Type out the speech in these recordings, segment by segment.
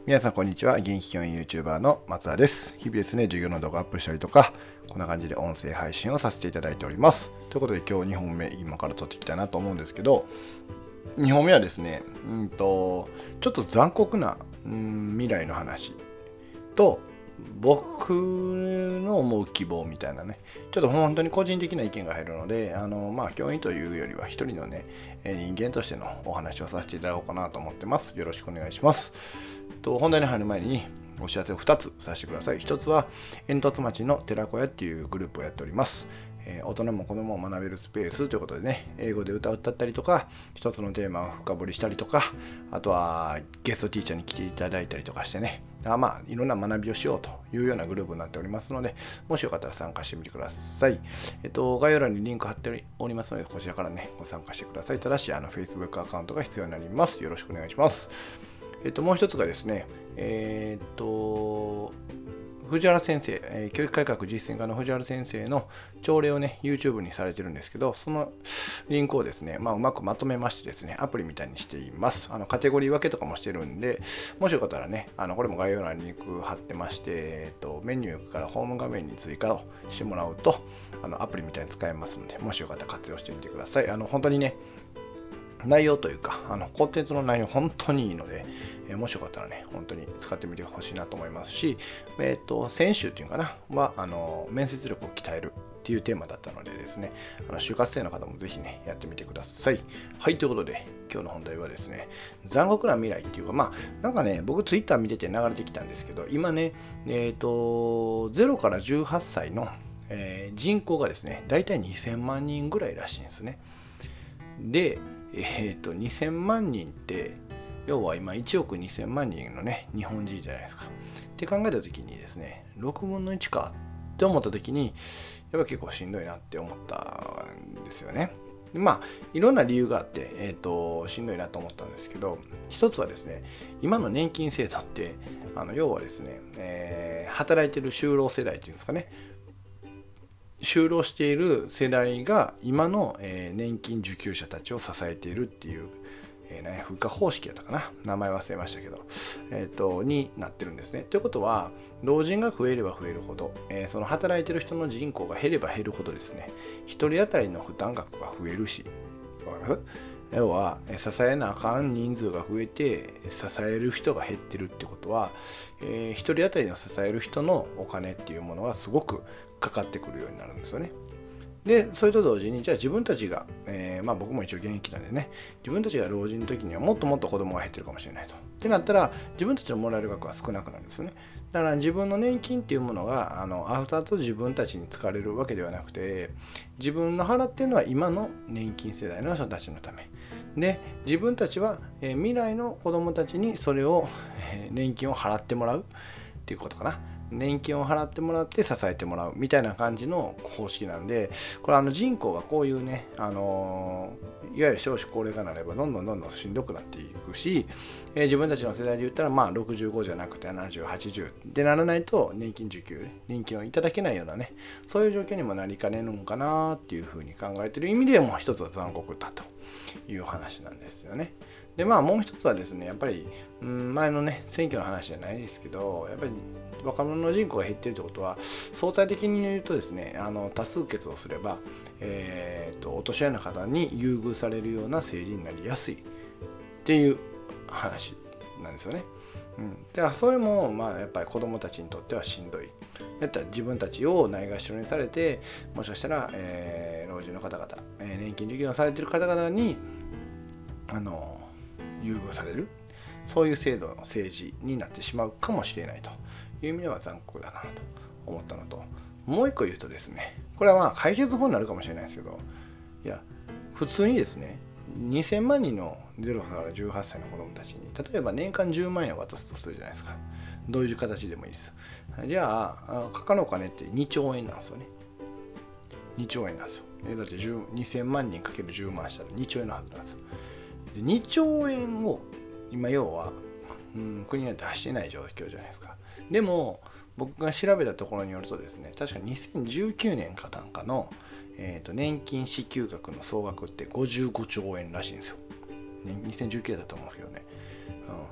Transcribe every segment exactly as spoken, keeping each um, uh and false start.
皆さんこんにちは。現役教員 YouTuber の松田です。日々ですね、授業の動画アップしたりとか、こんな感じで音声配信をさせていただいております。ということで今日にほんめ今から撮っていきたいなと思うんですけど、にほんめはですね、うんとちょっと残酷な、うん、未来の話と僕の思う希望みたいなね、ちょっと本当に個人的な意見が入るので、あのまあ教員というよりは一人のね、人間としてのお話をさせていただこうかなと思ってます。よろしくお願いします。と本題に入る前にお知らせをふたつさせてください。ひとつは煙突町の寺子屋っていうグループをやっております。えー、大人も子供も学べるスペースということでね、英語で歌を歌ったりとか、一つのテーマを深掘りしたりとか、あとはゲストティーチャーに来ていただいたりとかしてね、あまあいろんな学びをしようというようなグループになっておりますので、もしよかったら参加してみてください。えっと、概要欄にリンク貼っておりますので、こちらからね、ご参加してください。ただし、あの Facebook アカウントが必要になります。よろしくお願いします。えっと、もう一つがですね、えー、っと、藤原先生、えー、教育改革実践家の藤原先生の朝礼をね、YouTube にされてるんですけど、そのリンクをですね、まあ、うまくまとめましてですね、アプリみたいにしています。あのカテゴリー分けとかもしてるんで、もしよかったらね、あのこれも概要欄にリンク貼ってまして、えっと、メニューからホーム画面に追加をしてもらうと、あのアプリみたいに使えますので、もしよかったら活用してみてください。あの本当にね、内容というか、あのコンテンツの内容本当にいいので、えー、もしよかったらね、本当に使ってみてほしいなと思いますし、えっと、先週っていうかな、は、あの、面接力を鍛えるっていうテーマだったのでですね、あの就活生の方もぜひね、やってみてください。はい、ということで、今日の本題はですね、残酷な未来っていうか、まあ、なんかね、僕ツイッター見てて流れてきたんですけど、今ね、えっと、ゼロからじゅうはっさいの、えー、人口がですね、だいたいにせんまんにんぐらいらしいんですね。で、えー、とにせんまんにんって要は今いちおくにせんまんにんのね日本人じゃないですかって考えた時にですねろくぶんのいちかって思った時にやっぱ結構しんどいなって思ったんですよね。まあいろんな理由があって、えー、としんどいなと思ったんですけど、一つはですね今の年金制度ってあの要はですね、えー、働いてる就労世代っていうんですかね、就労している世代が今の年金受給者たちを支えているっていう、えーね、賦課方式やったかな、名前忘れましたけど、えー、とになってるんですね。ということは老人が増えれば増えるほど、えー、その働いてる人の人口が減れば減るほどですね、ひとり当たりの負担額が増えるし、わかります？要は支えなあかん人数が増えて支える人が減ってるってことは、えー、ひとり当たりの支える人のお金っていうものはすごくかかってくるようになるんですよね。で、それと同時に、じゃあ自分たちが、えー、まあ僕も一応現役なんでね、自分たちが老人の時にはもっともっと子供が減ってるかもしれないと。ってなったら、自分たちのもらえる額は少なくなるんですよね。だから自分の年金っていうものが、あの、アフターと自分たちに使われるわけではなくて、自分の払ってるのは今の年金世代の人たちのため。で、自分たちは、えー、未来の子供たちにそれを、えー、年金を払ってもらうっていうことかな。年金を払ってもらって支えてもらうみたいな感じの方式なんで、これあの人口がこういうね、あのいわゆる少子高齢化になればどんどんどんどんしんどくなっていくし、えー、自分たちの世代で言ったらまあろくじゅうごじゃなくてななじゅう、はちじゅうってならないと年金受給、年金をいただけないようなね、そういう状況にもなりかねるのかなっていうふうに考えている意味でも一つは残酷だという話なんですよね。でまあもう一つはですね、やっぱり、うん、前のね選挙の話じゃないですけど、やっぱり若者の人口が減っているということは相対的に言うとですね、あの多数決をすれば、えー、とお年寄りの方に優遇されるような政治になりやすいっていう話なんですよね。うん、だからそれもまあやっぱり子どもたちにとってはしんどい。やったら自分たちをないがしろにされて、もしかしたら、えー、老人の方々、えー、年金受給をされている方々にあの優遇される、そういう制度の政治になってしまうかもしれないという意味では残酷だなと思ったのと、もう一個言うとですね、これはまあ解決法になるかもしれないですけど、いや普通にですねにせんまんにんのゼロからじゅうはっさいの子どもたちに例えば年間じゅうまんえんを渡すとするじゃないですか。どういう形でもいいです。じゃあかかるお金ってにちょうえんなんですよね。にちょうえんなんですよ。だってにせんまんにんかけるじゅうまんしたらにちょうえんのはずなんですよ。にちょうえんを今要は、うん、国には出してない状況じゃないですか。でも僕が調べたところによるとですね、確かにせんじゅうきゅうねんかなんかの、えー、と年金支給額の総額ってごじゅうごちょうえんらしいんですよ。にせんじゅうきゅうねんだと思うんですけどね。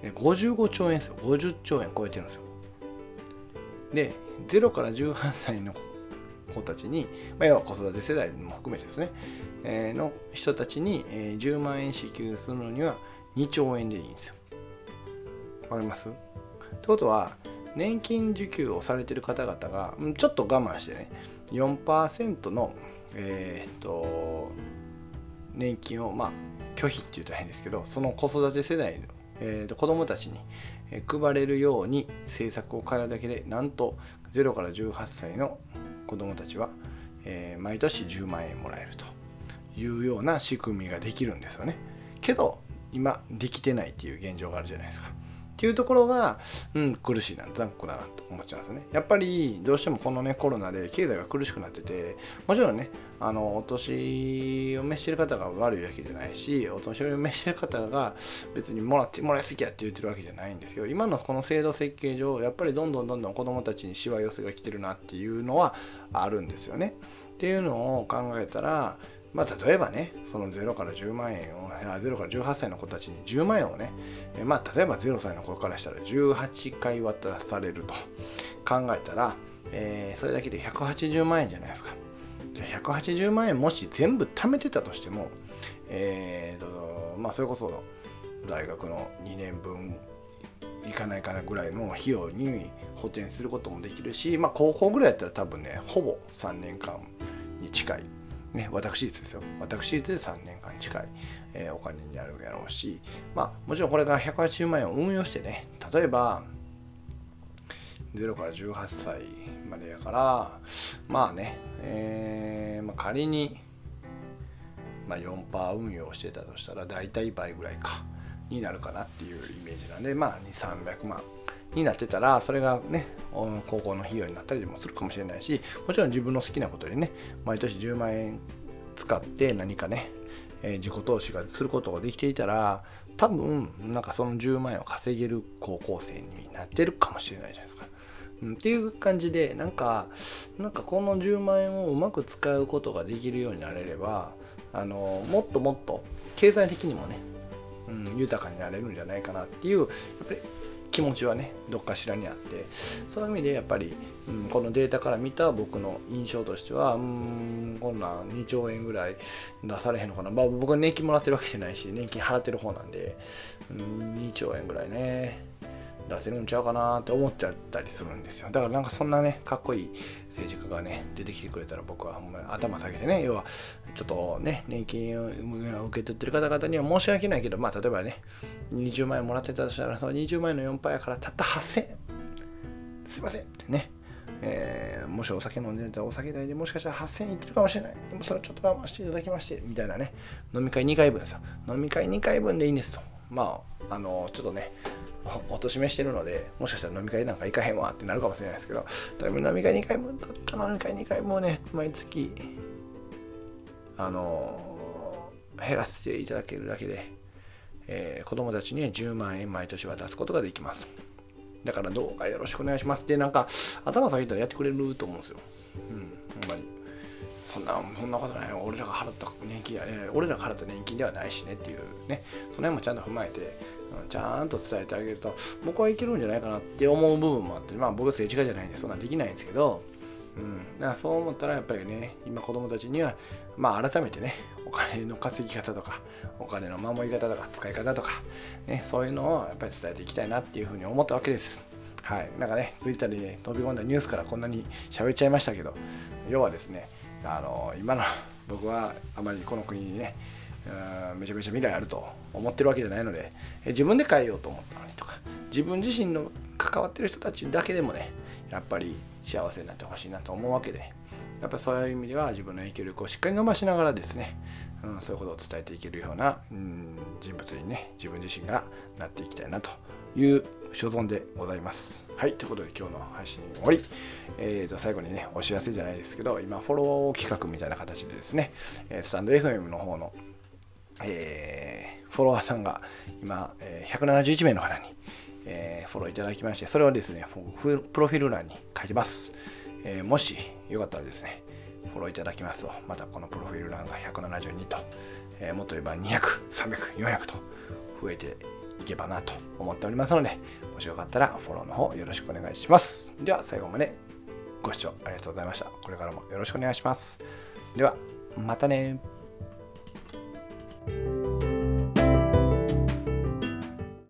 ごじゅうごちょうえんですよ。ごじゅっちょうえん超えてるんですよ。で、ゼロからじゅうはっさいの子たちに、まあ、要は子育て世代も含めてですね、えー、の人たちに、えー、じゅうまんえん支給するのにはにちょうえんでいいんですよ。わかります？ってことは、年金受給をされている方々がちょっと我慢してね、よんパーセントの、えー、っと年金を、まあ、拒否って言ったら変ですけど、その子育て世代の、えー、と子どもたちに配れるように政策を変えるだけで、なんとゼロからじゅうはっさいの子どもたちは、えー、毎年じゅうまんえんもらえるというような仕組みができるんですよね。けど今できてないっていう現状があるじゃないですか。っていうところが、うん、苦しいな、残酷だなと思っちゃうんですよね。やっぱりどうしてもこのねコロナで経済が苦しくなってて、もちろんね、あのお年を召してる方が悪いわけじゃないし、お年を召してる方が別にもらってもらいすぎやって言ってるわけじゃないんですけど、今のこの制度設計上、やっぱりどんどんどんどん子どもたちにしわ寄せが来てるなっていうのはあるんですよね。っていうのを考えたら、まあ、例えばね、そのゼロからじゅうまんえんを、ゼロからじゅうはっさいの子たちにじゅうまんえんをね、まあ、例えばゼロさいの子からしたらじゅうはちかい渡されると考えたら、えー、それだけでひゃくはちじゅうまんえんじゃないですか。ひゃくはちじゅうまんえんもし全部貯めてたとしても、えーと、まあ、それこそ大学のにねんぶんいかないかなぐらいの費用に補填することもできるし、まあ、高校ぐらいやったら多分ね、ほぼさんねんかんに近い。ね、私立ですよ。私立でさんねんかん近い、えー、お金になるやろうし、まあもちろんこれがひゃくはちじゅうまんえんを運用してね、例えばゼロからじゅうはっさいまでやから、まあね、えーまあ、仮に、まあ、よんパーセント 運用してたとしたら大体倍ぐらいかになるかなっていうイメージなんで、まあにせんさんびゃくまんになってたら、それがね高校の費用になったりでもするかもしれないし、もちろん自分の好きなことでね、毎年じゅうまんえん使って何かね、えー、自己投資がすることができていたら、多分なんかそのじゅうまんえんを稼げる高校生になってるかもしれないじゃないですか。うん、っていう感じで、なんかなんかこのじゅうまんえんをうまく使うことができるようになれれば、あのもっともっと経済的にもね、うん、豊かになれるんじゃないかなっていう、やっぱり気持ちはねどっかしらにあって、そういう意味でやっぱり、うん、このデータから見た僕の印象としては、うーんこんなにちょうえんぐらい出されへんのかな。まあ僕は年金もらってるわけじゃないし、年金払ってる方なんで、うん、にちょうえんぐらいね出せるんちゃうかなって思っちゃったりするんですよ。だからなんかそんなねかっこいい政治家がね出てきてくれたら、僕はほんまに頭下げてね、要はちょっとね年金を受け取ってる方々には申し訳ないけど、まあ例えばねにじゅうまんえんもらってたとしたら、そのにじゅうまんえんのよんパーセントやからたったはっせんえん、すいませんってね、えー、もしお酒飲んでたらお酒代でもしかしたらはっせんえんいってるかもしれない、でもそれちょっと我慢していただきましてみたいなね、飲み会にかいぶんですよ。飲み会にかいぶんでいいんですよ。まああのちょっとねお年めしてるので、もしかしたら飲み会なんか行かへんわってなるかもしれないですけど、飲み会にかいぶんだったら飲み会にかいぶんをね毎月あの減らしていただけるだけで、えー、子供たちにじゅうまんえん毎年渡すことができます。だからどうかよろしくお願いしますって、なんか頭下げたらやってくれると思うんですよ。うん、ほんまにそんなそんなことない、俺らが払った年金やね、俺らが払った年金ではないしねっていうね、その辺もちゃんと踏まえてちゃんと伝えてあげると、僕はいけるんじゃないかなって思う部分もあって、まあ僕は政治家じゃないんでそんなんできないんですけど、うん、だからそう思ったらやっぱりね、今子供たちにはまあ改めてね、お金の稼ぎ方とかお金の守り方とか使い方とかね、そういうのをやっぱり伝えていきたいなっていうふうに思ったわけです。はい、なんかね、ツイッターで、ね、飛び込んだニュースからこんなに喋っちゃいましたけど、要はですね、あの今の僕はあまりこの国にね、めちゃめちゃ未来あると思ってるわけじゃないので、自分で変えようと思ったのにとか、自分自身の関わってる人たちだけでもね、やっぱり幸せになってほしいなと思うわけで、やっぱそういう意味では自分の影響力をしっかり伸ばしながらですね、うん、そういうことを伝えていけるような、うん、人物にね、自分自身がなっていきたいなという所存でございます。はい、ということで今日の配信終わり。えーと、最後にね、お知らせじゃないですけど、今フォロー企画みたいな形でですね、スタンド エフエム の方の、えー、フォロワーさんが今、えー、ひゃくななじゅういちめいの方に、えー、フォローいただきまして、それをですね、プロフィール欄に書いてます。えー、もしよかったらですね、フォローいただきますと、またこのプロフィール欄がひゃくななじゅうにと、えー、もっと言えばにひゃく、さんびゃく、よんひゃくと増えていけばなと思っておりますので、もしよかったらフォローの方よろしくお願いします。では最後までご視聴ありがとうございました。これからもよろしくお願いします。ではまたね。